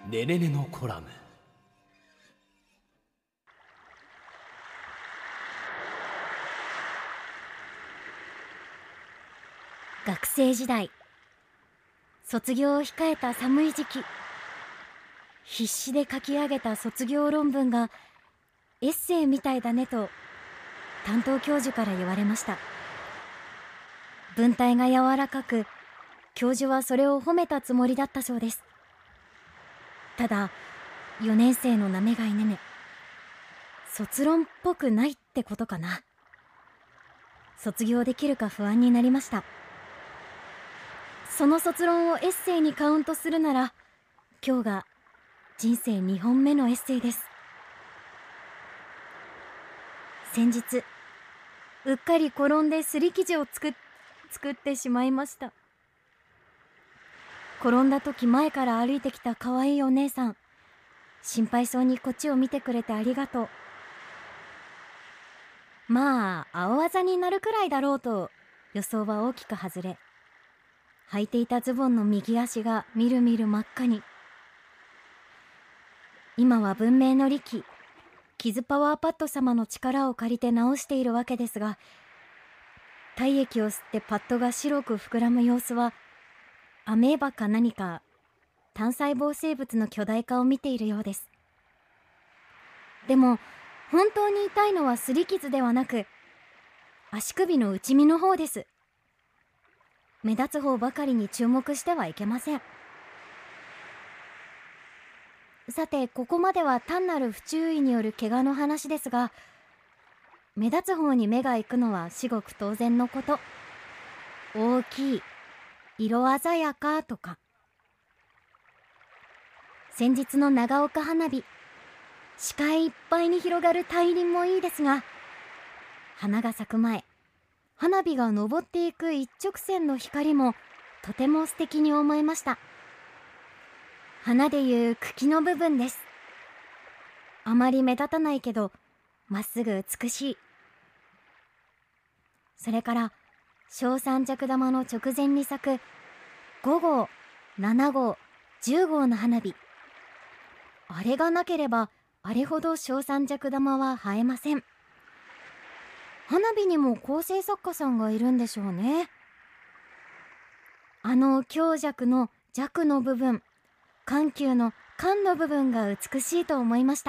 ねねねのコラム。 学生時代、卒業を控えた寒い時期、必死で書き上げた卒業論文がエッセイみたいだねと担当教授から言われました。文体が柔らかく、教授はそれを褒めたつもりだったそうです。ただ、4年生のなめがいねね、卒論っぽくないってことかな。卒業できるか不安になりました。その卒論をエッセイにカウントするなら、今日が人生2本目のエッセイです。先日、うっかり転んですり生地を作ってしまいました。転んだ時前から歩いてきた可愛いお姉さん、心配そうにこっちを見てくれてありがとう。まあ青あざになるくらいだろうと予想は大きく外れ、履いていたズボンの右足がみるみる真っ赤に。今は文明の利器、キズパワーパッド様の力を借りて直しているわけですが、体液を吸ってパッドが白く膨らむ様子は、アメーバか何か単細胞生物の巨大化を見ているようです。でも本当に痛いのは擦り傷ではなく、足首の内身の方です。目立つ方ばかりに注目してはいけません。さて、ここまでは単なる不注意による怪我の話ですが、目立つ方に目が行くのは至極当然のこと。大きい、色鮮やかとか。先日の長岡花火、視界いっぱいに広がる大輪もいいですが、花が咲く前、花火が昇っていく一直線の光もとても素敵に思いました。花でいう茎の部分です。あまり目立たないけどまっすぐ美しい。それから小三尺玉の直前に咲く5号、7号、10号の花火、あれがなければあれほど小三尺玉は映えません。花火にも構成作家さんがいるんでしょうね。強弱の弱の部分、緩急の緩の部分が美しいと思いました。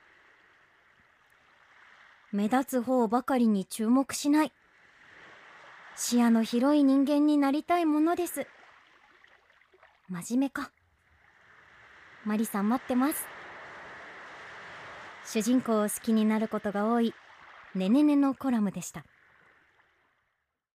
目立つ方ばかりに注目しない。視野の広い人間になりたいものです。真面目か。マリさん待ってます。主人公を好きになることが多いねねねのコラムでした。